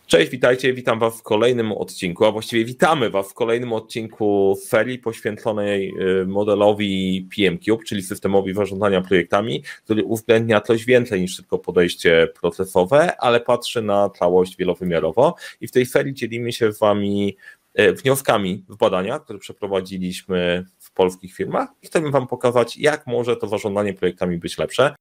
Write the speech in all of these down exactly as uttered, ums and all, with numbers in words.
Cześć, witajcie, witam Was w kolejnym odcinku, a właściwie witamy Was w kolejnym odcinku serii poświęconej modelowi P M Cube, czyli systemowi zarządzania projektami, który uwzględnia coś więcej niż tylko podejście procesowe, ale patrzy na całość wielowymiarowo i w tej serii dzielimy się z Wami wnioskami z badania, które przeprowadziliśmy w polskich firmach i chcemy Wam pokazać, jak może to zarządzanie projektami być lepsze.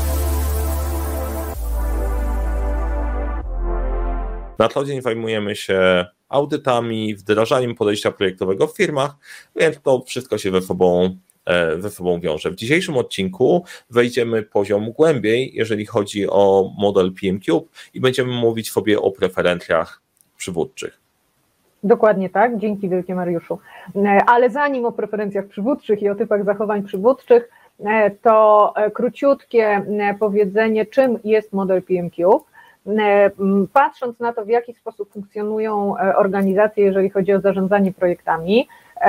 Na co dzień zajmujemy się audytami, wdrażaniem podejścia projektowego w firmach, więc to wszystko się ze sobą, ze sobą wiąże. W dzisiejszym odcinku wejdziemy poziom głębiej, jeżeli chodzi o model P M Cube i będziemy mówić sobie o preferencjach przywódczych. Dokładnie tak, dzięki wielkie Mariuszu. Ale zanim o preferencjach przywódczych i o typach zachowań przywódczych, to króciutkie powiedzenie, czym jest model P M Cube. Patrząc na to, w jaki sposób funkcjonują organizacje, jeżeli chodzi o zarządzanie projektami,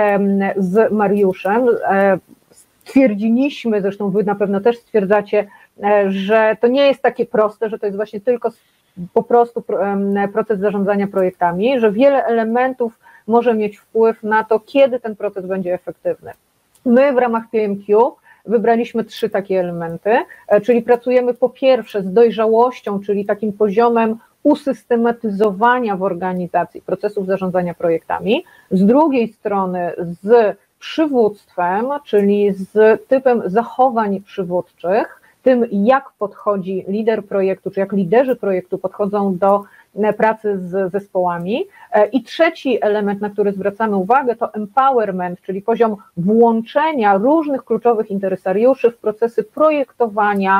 z Mariuszem stwierdziliśmy, zresztą Wy na pewno też stwierdzacie, że to nie jest takie proste, że to jest właśnie tylko po prostu proces zarządzania projektami, że wiele elementów może mieć wpływ na to, kiedy ten proces będzie efektywny. My w ramach P M Cube wybraliśmy trzy takie elementy, czyli pracujemy po pierwsze z dojrzałością, czyli takim poziomem usystematyzowania w organizacji procesów zarządzania projektami, z drugiej strony z przywództwem, czyli z typem zachowań przywódczych, tym jak podchodzi lider projektu, czy jak liderzy projektu podchodzą do pracy z zespołami. I trzeci element, na który zwracamy uwagę, to empowerment, czyli poziom włączenia różnych kluczowych interesariuszy w procesy projektowania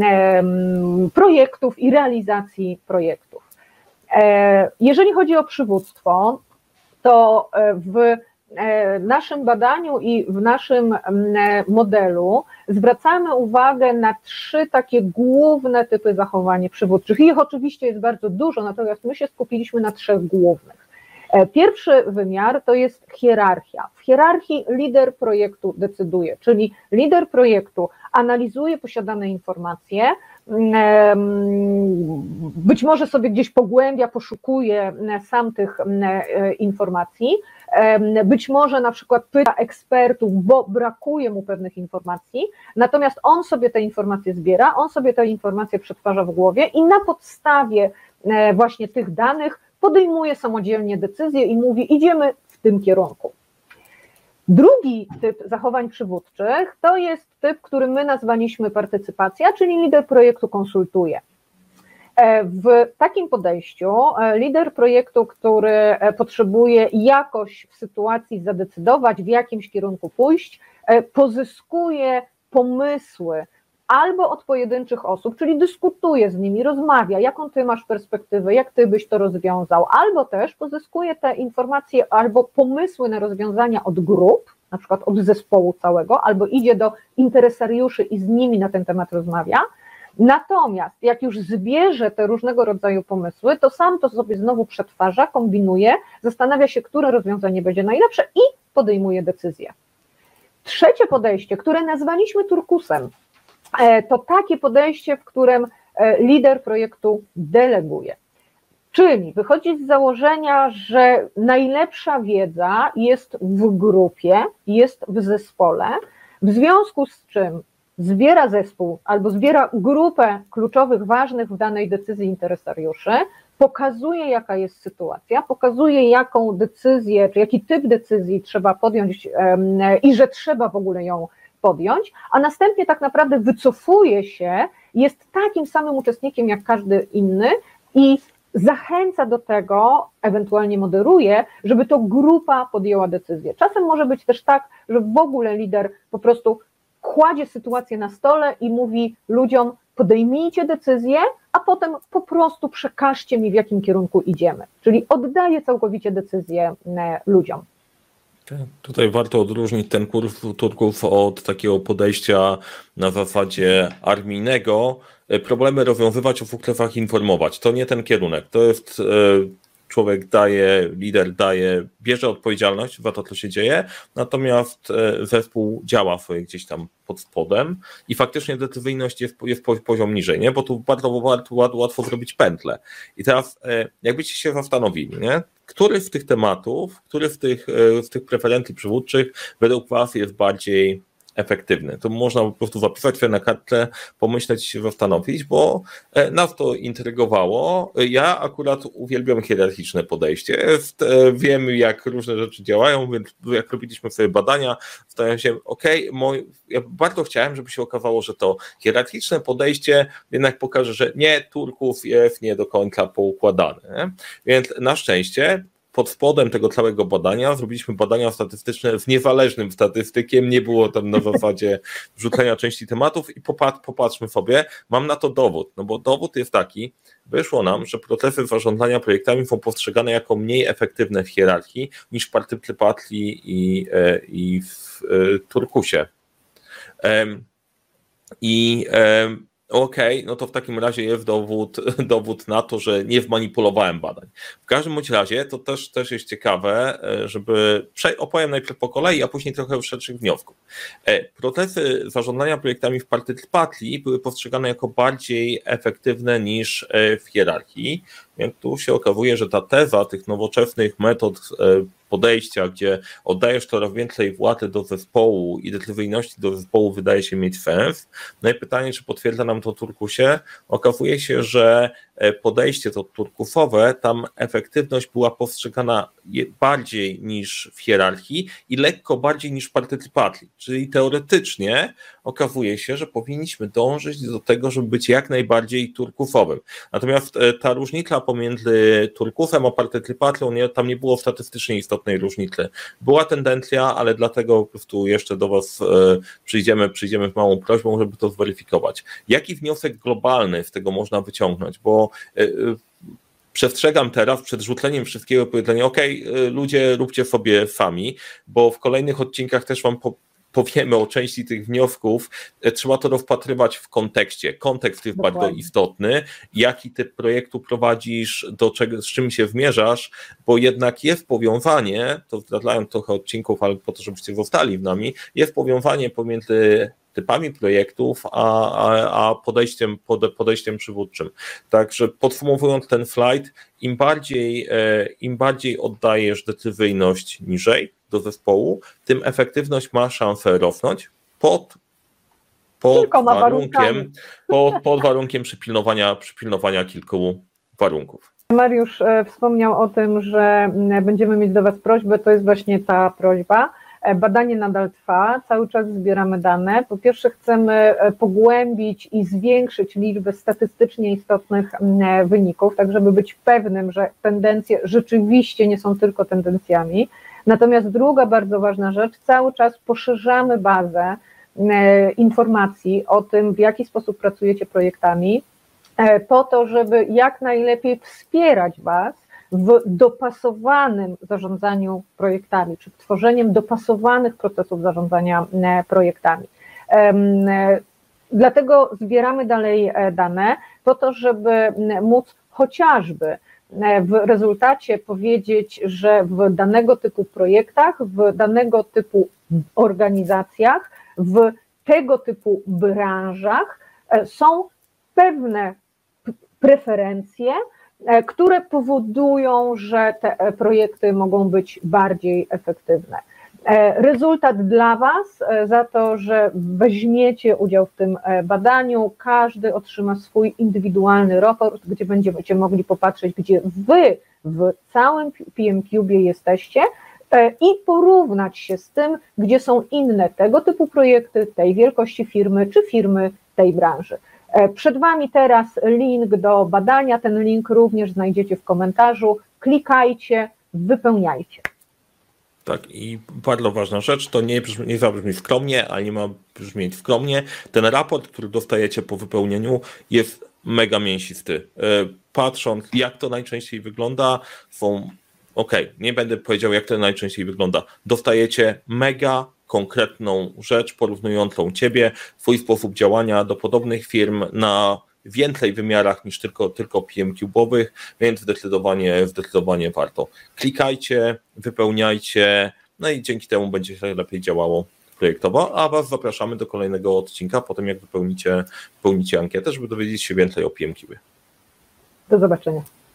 projektów i realizacji projektów. Jeżeli chodzi o przywództwo, to w naszym badaniu i w naszym modelu zwracamy uwagę na trzy takie główne typy zachowań przywódczych. Ich oczywiście jest bardzo dużo, natomiast my się skupiliśmy na trzech głównych. Pierwszy wymiar to jest hierarchia. W hierarchii lider projektu decyduje, czyli lider projektu analizuje posiadane informacje, być może sobie gdzieś pogłębia, poszukuje sam tych informacji, być może na przykład pyta ekspertów, bo brakuje mu pewnych informacji, natomiast on sobie te informacje zbiera, on sobie te informacje przetwarza w głowie i na podstawie właśnie tych danych podejmuje samodzielnie decyzje i mówi, idziemy w tym kierunku. Drugi typ zachowań przywódczych to jest typ, który my nazwaliśmy partycypacja, czyli lider projektu konsultuje. W takim podejściu lider projektu, który potrzebuje jakoś w sytuacji zadecydować, w jakimś kierunku pójść, pozyskuje pomysły albo od pojedynczych osób, czyli dyskutuje z nimi, rozmawia, jaką ty masz perspektywę, jak ty byś to rozwiązał, albo też pozyskuje te informacje albo pomysły na rozwiązania od grup, na przykład od zespołu całego, albo idzie do interesariuszy i z nimi na ten temat rozmawia. Natomiast jak już zbierze te różnego rodzaju pomysły, to sam to sobie znowu przetwarza, kombinuje, zastanawia się, które rozwiązanie będzie najlepsze i podejmuje decyzję. Trzecie podejście, które nazwaliśmy turkusem, to takie podejście, w którym lider projektu deleguje. Czyli wychodzi z założenia, że najlepsza wiedza jest w grupie, jest w zespole, w związku z czym zbiera zespół albo zbiera grupę kluczowych, ważnych w danej decyzji interesariuszy, pokazuje, jaka jest sytuacja, pokazuje, jaką decyzję, czy jaki typ decyzji trzeba podjąć i że trzeba w ogóle ją podjąć, a następnie tak naprawdę wycofuje się, jest takim samym uczestnikiem jak każdy inny i zachęca do tego, ewentualnie moderuje, żeby to grupa podjęła decyzję. Czasem może być też tak, że w ogóle lider po prostu kładzie sytuację na stole i mówi ludziom, podejmijcie decyzję, a potem po prostu przekażcie mi, w jakim kierunku idziemy. Czyli oddaje całkowicie decyzję ludziom. Tutaj warto odróżnić ten kurs turków od takiego podejścia na zasadzie armijnego. Problemy rozwiązywać, o sukcesach informować. To nie ten kierunek. To jest człowiek daje, lider daje, bierze odpowiedzialność za to, co się dzieje, natomiast zespół działa sobie gdzieś tam pod spodem i faktycznie decyzyjność jest, jest poziom niżej, nie? Bo tu bardzo łatwo, łatwo zrobić pętlę. I teraz jakbyście się zastanowili, nie? Który z tych tematów, który z tych, z tych preferencji przywódczych według was jest bardziej efektywny? To można po prostu zapisać sobie na kartce, pomyśleć, się zastanowić, bo nas to intrygowało. Ja akurat uwielbiam hierarchiczne podejście. Wiem, jak różne rzeczy działają, więc jak robiliśmy sobie badania, zastanawiam się, okej, okay, ja bardzo chciałem, żeby się okazało, że to hierarchiczne podejście jednak pokaże, że nie, Turków jest nie do końca poukładane. Więc na szczęście pod spodem tego całego badania zrobiliśmy badania statystyczne z niezależnym statystykiem, nie było tam na zasadzie wrzucenia części tematów i popatrz, popatrzmy sobie, mam na to dowód, no bo dowód jest taki, wyszło nam, że procesy zarządzania projektami są postrzegane jako mniej efektywne w hierarchii niż partycypacji i, i w turkusie. I okej, okay, no to w takim razie jest dowód, dowód na to, że nie wmanipulowałem badań. W każdym bądź razie to też, też jest ciekawe, żeby opowiem najpierw po kolei, a później trochę szerszych wniosków. Procesy zarządzania projektami w partycypacji były postrzegane jako bardziej efektywne niż w hierarchii, więc tu się okazuje, że ta teza tych nowoczesnych metod podejścia, gdzie oddajesz coraz więcej władzy do zespołu i decyzyjności do zespołu wydaje się mieć sens. No i pytanie, czy potwierdza nam to turkusie? Okazuje się, że podejście to turkusowe, tam efektywność była postrzegana bardziej niż w hierarchii i lekko bardziej niż w partycypacji. Czyli teoretycznie okazuje się, że powinniśmy dążyć do tego, żeby być jak najbardziej turkusowym. Natomiast ta różnica pomiędzy turkusem a partycypacją, nie, tam nie było statystycznie istotnej różnicy. Była tendencja, ale dlatego po prostu jeszcze do was przyjdziemy, przyjdziemy z małą prośbą, żeby to zweryfikować. Jaki wniosek globalny z tego można wyciągnąć? Bo przestrzegam teraz przed rzuceniem wszystkiego powiedzenia, ok, ludzie róbcie sobie sami, bo w kolejnych odcinkach też wam po, powiemy o części tych wniosków, trzeba to rozpatrywać w kontekście. Kontekst jest Dokładnie. Bardzo istotny, jaki typ projektu prowadzisz, do czego, z czym się zmierzasz, bo jednak jest powiązanie, to zdradzają trochę odcinków, ale po to, żebyście zostali z nami, jest powiązanie pomiędzy typami projektów, a, a, a podejściem, pod, podejściem przywódczym. Także podsumowując ten slajd, im bardziej, im bardziej oddajesz decyzyjność niżej do zespołu, tym efektywność ma szansę rosnąć pod, pod warunkiem, pod, pod warunkiem przypilnowania, przypilnowania kilku warunków. Mariusz wspomniał o tym, że będziemy mieć do was prośbę, to jest właśnie ta prośba. Badanie nadal trwa, cały czas zbieramy dane. Po pierwsze chcemy pogłębić i zwiększyć liczbę statystycznie istotnych wyników, tak żeby być pewnym, że tendencje rzeczywiście nie są tylko tendencjami. Natomiast druga bardzo ważna rzecz, cały czas poszerzamy bazę informacji o tym, w jaki sposób pracujecie projektami, po to, żeby jak najlepiej wspierać was w dopasowanym zarządzaniu projektami, czy w tworzeniem dopasowanych procesów zarządzania projektami. Dlatego zbieramy dalej dane po to, żeby móc chociażby w rezultacie powiedzieć, że w danego typu projektach, w danego typu organizacjach, w tego typu branżach są pewne preferencje, które powodują, że te projekty mogą być bardziej efektywne. Rezultat dla was za to, że weźmiecie udział w tym badaniu, każdy otrzyma swój indywidualny raport, gdzie będziecie mogli popatrzeć, gdzie wy w całym P M Cube jesteście i porównać się z tym, gdzie są inne tego typu projekty, tej wielkości firmy, czy firmy tej branży. Przed wami teraz link do badania, ten link również znajdziecie w komentarzu, klikajcie, wypełniajcie. Tak, i bardzo ważna rzecz, to nie, nie zabrzmi skromnie, ale nie ma brzmieć skromnie. Ten raport, który dostajecie po wypełnieniu, jest mega mięsisty. Patrząc, jak to najczęściej wygląda, są, okej, okay, nie będę powiedział, jak to najczęściej wygląda, dostajecie mega konkretną rzecz porównującą ciebie, twój sposób działania do podobnych firm na więcej wymiarach niż tylko, tylko P M Cube'owych, więc zdecydowanie, zdecydowanie warto. Klikajcie, wypełniajcie, no i dzięki temu będzie się lepiej działało projektowo, a Was zapraszamy do kolejnego odcinka, po tym jak wypełnicie, wypełnicie ankietę, żeby dowiedzieć się więcej o P M Cube. Do zobaczenia.